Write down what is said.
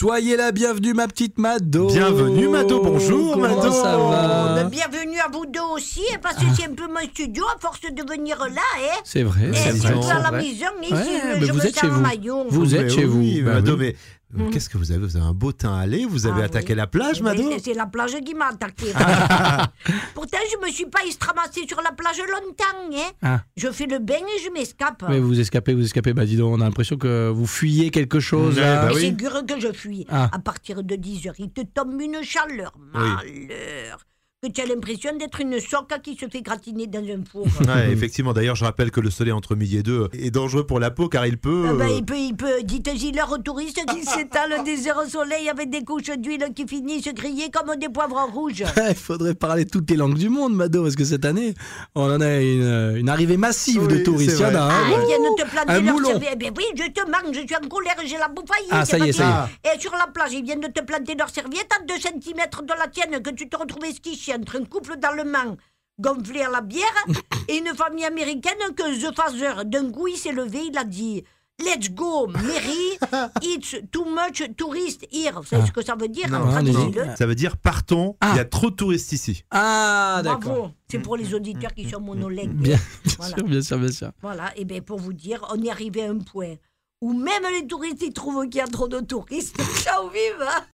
Soyez la bienvenue, ma petite Mado. Bienvenue, Mado. Bonjour, Comment Mado. ça va? Bienvenue à vous deux aussi, parce que c'est un peu mon studio à force de venir là. C'est vrai, Et c'est c'est vrai. à la maison, ici, Ouais, je vous me êtes sens chez en vous. maillot. Vous êtes chez vous. Oui, Bah Mado, oui. mais qu'est-ce que vous avez? Vous avez un beau teint à aller. Vous avez attaqué la plage, Mado? C'est la plage qui m'a attaqué. Pourtant, je me suis pas estramassée sur la plage longtemps. Hein. Ah. Je fais le bain et je m'escape. Mais vous escapez. Bah dis donc, on a l'impression que vous fuyez quelque chose. Ouais, là. bah oui. Figure que je fuis. Ah. À partir de 10h, il te tombe une chaleur. Malheur. Que tu as l'impression d'être une soca qui se fait gratiner dans un four. Ouais, effectivement. D'ailleurs, je rappelle que le soleil entre midi et 2 est dangereux pour la peau car il peut. Il peut. Dites-y leur aux touristes qui s'étalent des heures au soleil avec des couches d'huile qui finissent grillées comme des poivrons rouges. Il faudrait parler toutes les langues du monde, Mado, parce que cette année, on en a une arrivée massive de Oui, touristes. c'est Il y en a, vrai. hein. Ils viennent te planter Un leur moulon. serviette. Eh bien oui, justement, je suis en colère, j'ai la bouffe faillie. Ah, ça y est, ça y est. Et sur la plage, ils viennent de te planter leur serviette à 2 cm de la tienne, que tu te retrouves esquiché entre un couple d'Allemands gonflé à la bière et une famille américaine que The Father, d'un coup, il s'est levé, il a dit « Let's go, Mary, it's too much tourist here ». Vous savez ce que ça veut dire? Non, Traduisez-le. Ça veut dire partons. Il y a trop de touristes ici. Ah, d'accord. Bravo, c'est pour les auditeurs qui sont monologues. Bien Voilà. sûr, bien sûr. Voilà, et bien pour vous dire, on est arrivé à un point où même les touristes, ils trouvent qu'il y a trop de touristes. Ciao, vive!